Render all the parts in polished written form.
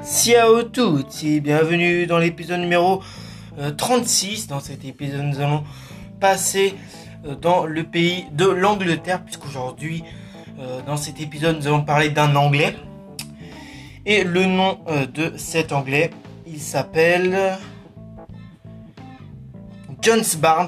Ciao tutti, bienvenue dans l'épisode numéro 36. Dans cet épisode, nous allons passer dans le pays de l'Angleterre, puisqu'aujourd'hui, dans cet épisode, nous allons parler d'un Anglais. Et le nom de cet Anglais, il s'appelle John Barnes.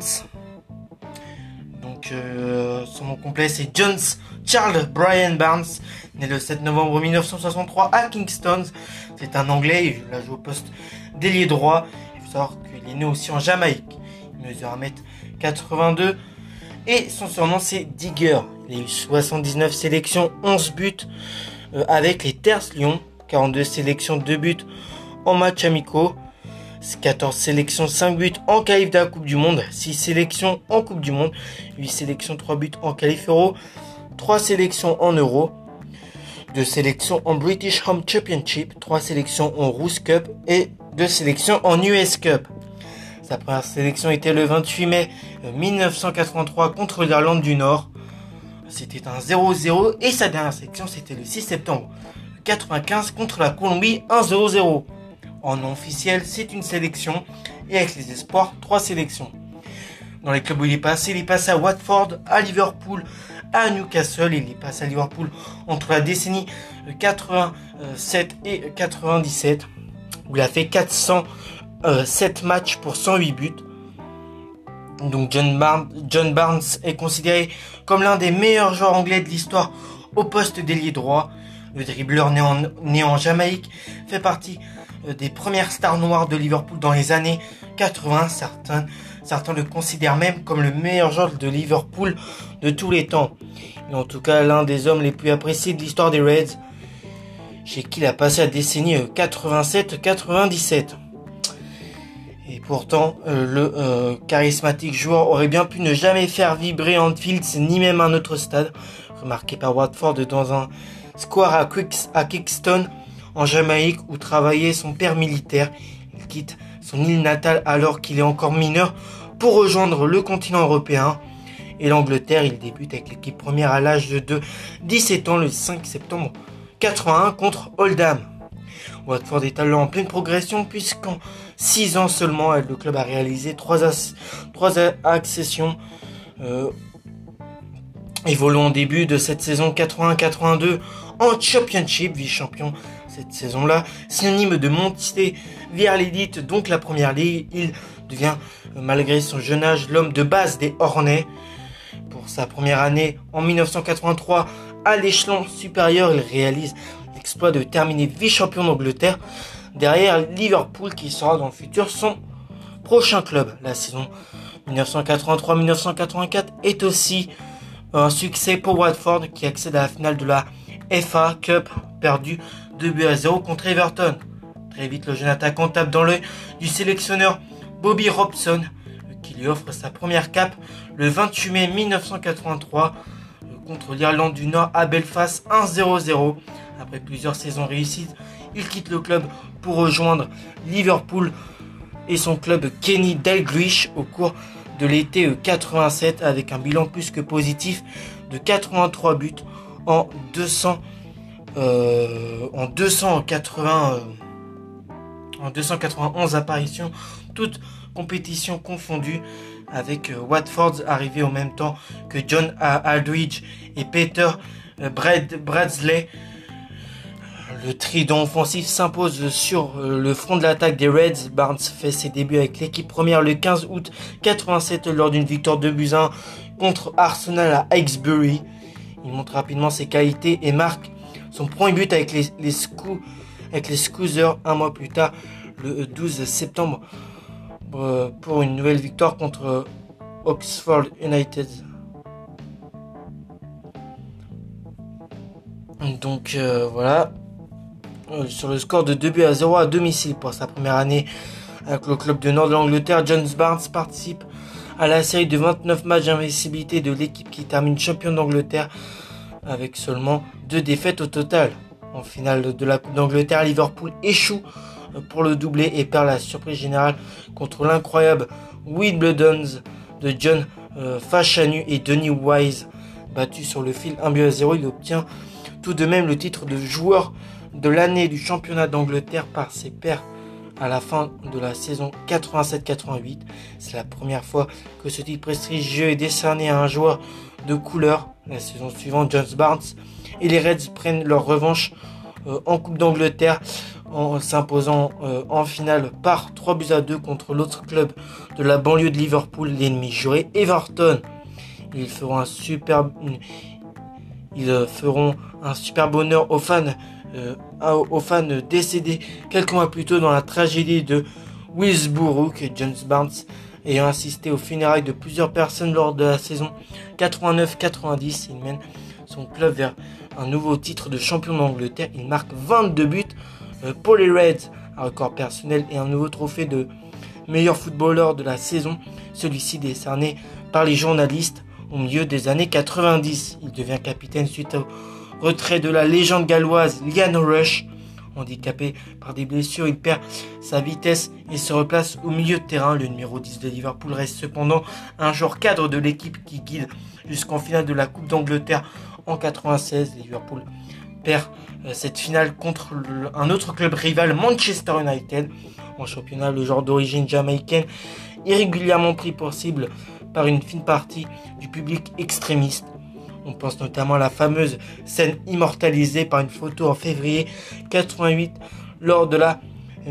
Donc, son nom complet, c'est John Charles Brian Barnes, né le 7 novembre 1963 à Kingston. C'est un Anglais, il a joué au poste d'ailier droit. Il faut savoir qu'il est né aussi en Jamaïque. Il mesure 1m82 et son surnom c'est Digger. Il a eu 79 sélections, 11 buts avec les Terres Lions, 42 sélections, 2 buts en matchs amicaux, 14 sélections, 5 buts en qualif de la Coupe du Monde, 6 sélections en Coupe du Monde, 8 sélections, 3 buts en qualif Euro, 3 sélections en Euro, 2 sélections en British Home Championship, 3 sélections en Rose Cup et 2 sélections en US Cup. Sa première sélection était le 28 mai 1983 contre l'Irlande du Nord. C'était un 0-0 et sa dernière sélection c'était le 6 septembre 1995 contre la Colombie, 1-0-0. En non officiel, c'est une sélection et avec les espoirs, 3 sélections. Dans les clubs où il est passé à Watford, à Liverpool, à Newcastle. Il est passé à Liverpool entre la décennie 87 et 97, où il a fait 407 matchs pour 108 buts. Donc John Barnes est considéré comme l'un des meilleurs joueurs anglais de l'histoire au poste d'ailier droit. Le dribbleur né en Jamaïque fait partie des premières stars noires de Liverpool dans les années 80. Certains le considèrent même comme le meilleur joueur de Liverpool de tous les temps. Il est en tout cas l'un des hommes les plus appréciés de l'histoire des Reds, chez qui il a passé la décennie 87-97. Et pourtant, le charismatique joueur aurait bien pu ne jamais faire vibrer Anfield, ni même un autre stade. Remarqué par Watford dans un square à Kingston, en Jamaïque, où travaillait son père militaire. Il quitte son île natale alors qu'il est encore mineur pour rejoindre le continent européen et l'Angleterre. Il débute avec l'équipe première à l'âge de 17 ans le 5 septembre 81 contre Oldham. Watford est alors en pleine progression puisqu'en 6 ans seulement le club a réalisé 3 accessions, évoluant au début de cette saison 81-82 en Championship, vice-champion cette saison-là, synonyme de montée vers l'élite, donc la première ligue. Il devient, malgré son jeune âge, l'homme de base des Hornets. Pour sa première année, en 1983, à l'échelon supérieur, il réalise l'exploit de terminer vice-champion d'Angleterre, derrière Liverpool, qui sera dans le futur son prochain club. La saison 1983-1984 est aussi un succès pour Watford, qui accède à la finale de la FA Cup, perdue 2-0 contre Everton. Très vite, le jeune attaquant tape dans l'œil du sélectionneur Bobby Robson, qui lui offre sa première cape le 28 mai 1983 contre l'Irlande du Nord à Belfast, 1-0-0. Après plusieurs saisons réussies, il quitte le club pour rejoindre Liverpool et son club Kenny Dalglish au cours de l'été 87, avec un bilan plus que positif de 83 buts en 291 apparitions, toutes compétitions confondues, avec Watford arrivé en même temps que John Aldridge et Peter Bradley. Le trident offensif s'impose sur le front de l'attaque des Reds. Barnes fait ses débuts avec l'équipe première le 15 août 87 lors d'une victoire 2-1 contre Arsenal à Hawkesbury. Il montre rapidement ses qualités et marque son premier but avec les Scousers un mois plus tard, le 12 septembre, pour une nouvelle victoire contre Oxford United. Donc voilà, sur le score de 2-0 à domicile pour sa première année avec le club de Nord de l'Angleterre, John Barnes participe à la série de 29 matchs d'invincibilité de l'équipe qui termine champion d'Angleterre avec seulement 2 défaites au total. En finale de la Coupe d'Angleterre, Liverpool échoue pour le doublé et perd la surprise générale contre l'incroyable Wimbledon de John Fashanu et Denis Wise. Battu sur le fil 1-0, il obtient tout de même le titre de joueur de l'année du championnat d'Angleterre par ses pairs à la fin de la saison 87-88. C'est la première fois que ce titre prestigieux est décerné à un joueur de couleur. La saison suivante, John Barnes et les Reds prennent leur revanche en Coupe d'Angleterre en s'imposant en finale par 3-2 contre l'autre club de la banlieue de Liverpool, l'ennemi juré Everton. Ils feront un super bonheur aux fans décédés quelques mois plus tôt dans la tragédie de Hillsborough, que John Barnes ayant assisté aux funérailles de plusieurs personnes lors de la saison 89-90. Il mène son club vers un nouveau titre de champion d'Angleterre. Il marque 22 buts pour les Reds, un record personnel et un nouveau trophée de meilleur footballeur de la saison, celui-ci décerné par les journalistes au milieu des années 90. Il devient capitaine suite au retrait de la légende galloise Ian Rush. Handicapé par des blessures, il perd sa vitesse et se replace au milieu de terrain. Le numéro 10 de Liverpool reste cependant un joueur cadre de l'équipe qui guide jusqu'en finale de la Coupe d'Angleterre en 96. Liverpool perd cette finale contre un autre club rival, Manchester United. En championnat, le joueur d'origine jamaïcaine est régulièrement pris pour cible par une fine partie du public extrémiste. On pense notamment à la fameuse scène immortalisée par une photo en février 88 lors de la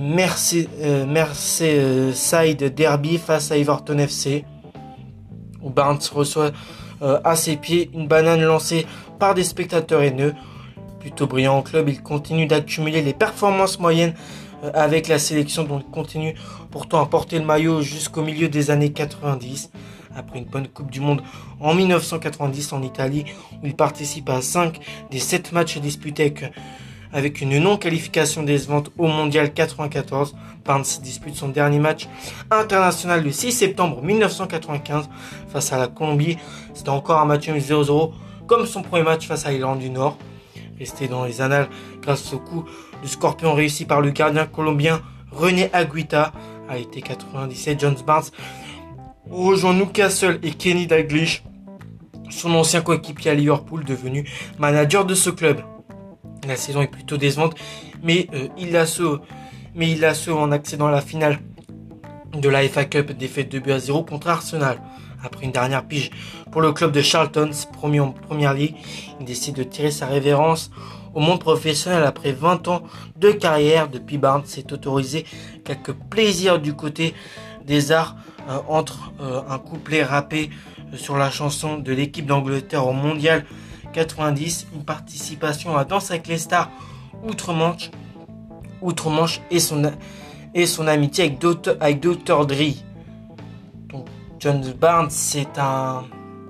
Merseyside Derby face à Everton FC, où Barnes reçoit à ses pieds une banane lancée par des spectateurs haineux. Plutôt brillant au club, il continue d'accumuler les performances moyennes avec la sélection, dont il continue pourtant à porter le maillot jusqu'au milieu des années 90. Après une bonne Coupe du Monde en 1990 en Italie, où il participe à 5 des 7 matchs disputés avec une non-qualification décevante au Mondial 94. Barnes dispute son dernier match international le 6 septembre 1995 face à la Colombie. C'était encore un match 0-0, comme son premier match face à l'Irlande du Nord. Resté dans les annales grâce au coup de scorpion réussi par le gardien colombien René Higuita. À l'été 97, John Barnes rejoint Newcastle et Kenny Dalglish, son ancien coéquipier à Liverpool, devenu manager de ce club. La saison est plutôt décevante, mais il la sauve en accédant à la finale de la FA Cup, défaite 2-0 contre Arsenal. Après une dernière pige pour le club de Charlton, premier en Première Ligue, il décide de tirer sa révérence au monde professionnel après 20 ans de carrière. Depuis, Barnes s'est autorisé quelques plaisirs du côté des arts, entre un couplet rappé sur la chanson de l'équipe d'Angleterre au Mondial 90, une participation à Danse avec les stars outre-Manche et son amitié avec Dr. Dre. Donc John Barnes, c'est un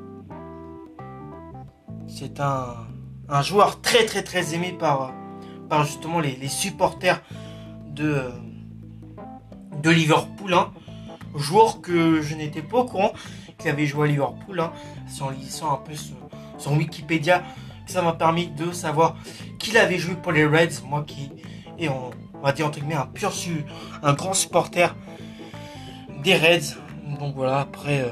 joueur très très très aimé par justement les supporters de Liverpool, hein. Joueur que je n'étais pas au courant qu'il avait joué à Liverpool, hein. C'est en lisant un peu son Wikipédia que ça m'a permis de savoir qu'il avait joué pour les Reds. Moi qui est, on va dire entre guillemets, un grand supporter des Reds. Donc voilà, après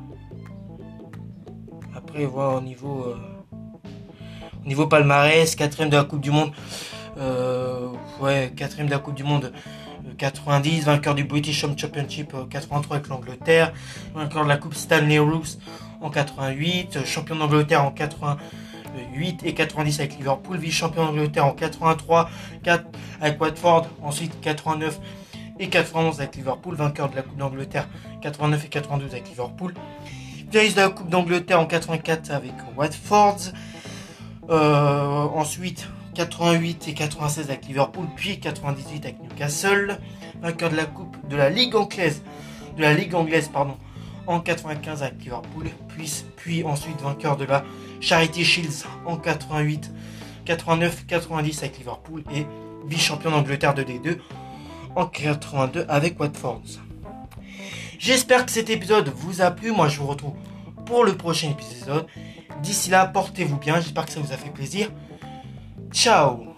voilà, au niveau palmarès, 4ème de la Coupe du Monde, 4ème de la Coupe du Monde 90, vainqueur du British Home Championship 83 avec l'Angleterre, vainqueur de la Coupe Stanley Rose en 88, champion d'Angleterre en 88 et 90 avec Liverpool, vice-champion d'Angleterre en 83 avec Watford, ensuite 89 et 91 avec Liverpool, vainqueur de la Coupe d'Angleterre 89 et 92 avec Liverpool, finaliste de la Coupe d'Angleterre en 84 avec Watford, ensuite 88 et 96 avec Liverpool, puis 98 avec Newcastle, vainqueur de la Coupe de la Ligue anglaise, en 95 avec Liverpool, puis ensuite vainqueur de la Charity Shield en 88, 89, 90 avec Liverpool et vice-champion d'Angleterre de D2 en 82 avec Watford. J'espère que cet épisode vous a plu. Moi je vous retrouve pour le prochain épisode. D'ici là, portez-vous bien, j'espère que ça vous a fait plaisir. Ciao!